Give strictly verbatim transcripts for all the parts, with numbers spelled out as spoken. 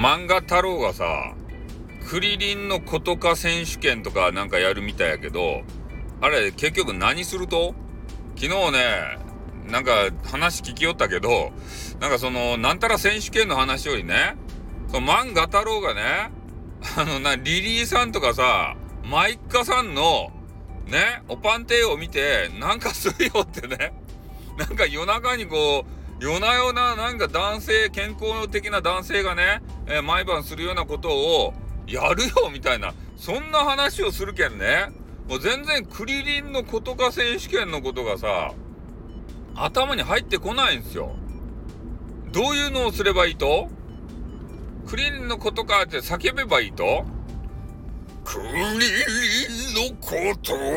漫画太郎がさ、クリリンのことか選手権とかなんかやるみたいやけど、あれ結局何すると？昨日ね、なんか話聞きよったけど、なんかそのなんたら選手権の話よりね、その漫画太郎がね、あのなリリーさんとかさ、マイカさんのね、おパンテを見てなんかするよってね、なんか夜中にこう夜な夜ななんか男性、健康的な男性がね、えー、毎晩するようなことをやるよみたいな、そんな話をするけんね、もう全然クリリンのことか選手権のことがさ、頭に入ってこないんですよ。どういうのをすればいいと？クリリンのことかって叫べばいいと？クリリンのことが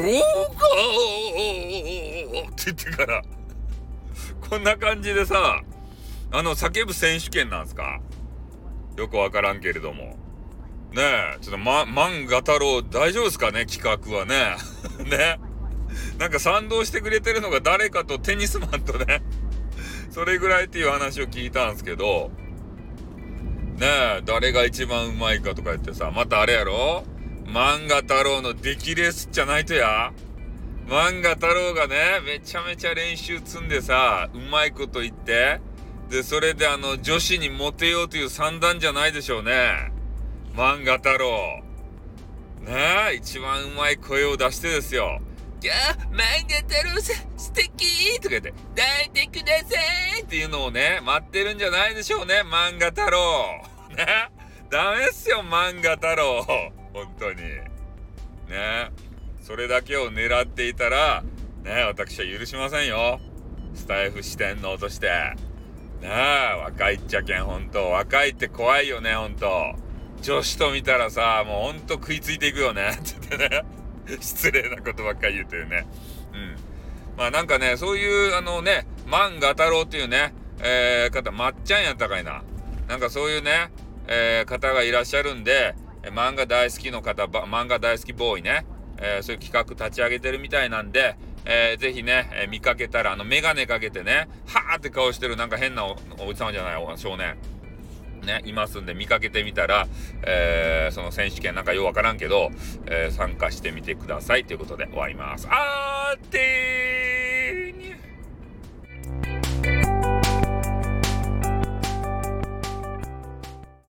って言ってからこんな感じでさ、あの叫ぶ選手権なんすか？よくわからんけれどもねえ、ちょっとま漫画太郎大丈夫ですかね、企画はねね、なんか賛同してくれてるのが誰かとテニスマンとねそれぐらいっていう話を聞いたんですけどねえ、誰が一番うまいかとか言ってさ、またあれやろ、漫画太郎の出来レースじゃないとや、漫画太郎がねめちゃめちゃ練習積んでさ、うまいこと言って、でそれであの女子にモテようという算段じゃないでしょうね、漫画太郎ねえ、一番うまい声を出してですよ、いや漫画太郎さん素敵とか言って抱いてくださいっていうのをね待ってるんじゃないでしょうね、漫画太郎ね、ダメっすよ漫画太郎、本当にね、それだけを狙っていたらね、私は許しませんよ、スタイフ四天王としてねえ、若いっちゃけん、本当若いって怖いよね、本当女子と見たらさ、もうほんと食いついていくよねって言ってね失礼なことばっかり言ってるね。うん。まあなんかね、そういうあのね、漫画太郎っていうね、えー、方、まっちゃんやったかいな。なんかそういうね、えー、方がいらっしゃるんで、漫画大好きの方、漫画大好きボーイね、えー、そういう企画立ち上げてるみたいなんで、えー、ぜひね、えー、見かけたら、あの、メガネかけてね、はーって顔してるなんか変な お, おじさんじゃない、少年。ね、いますんで見かけてみたら、えー、その選手権なんかようわからんけど、えー、参加してみてくださいということで終わります。あーってー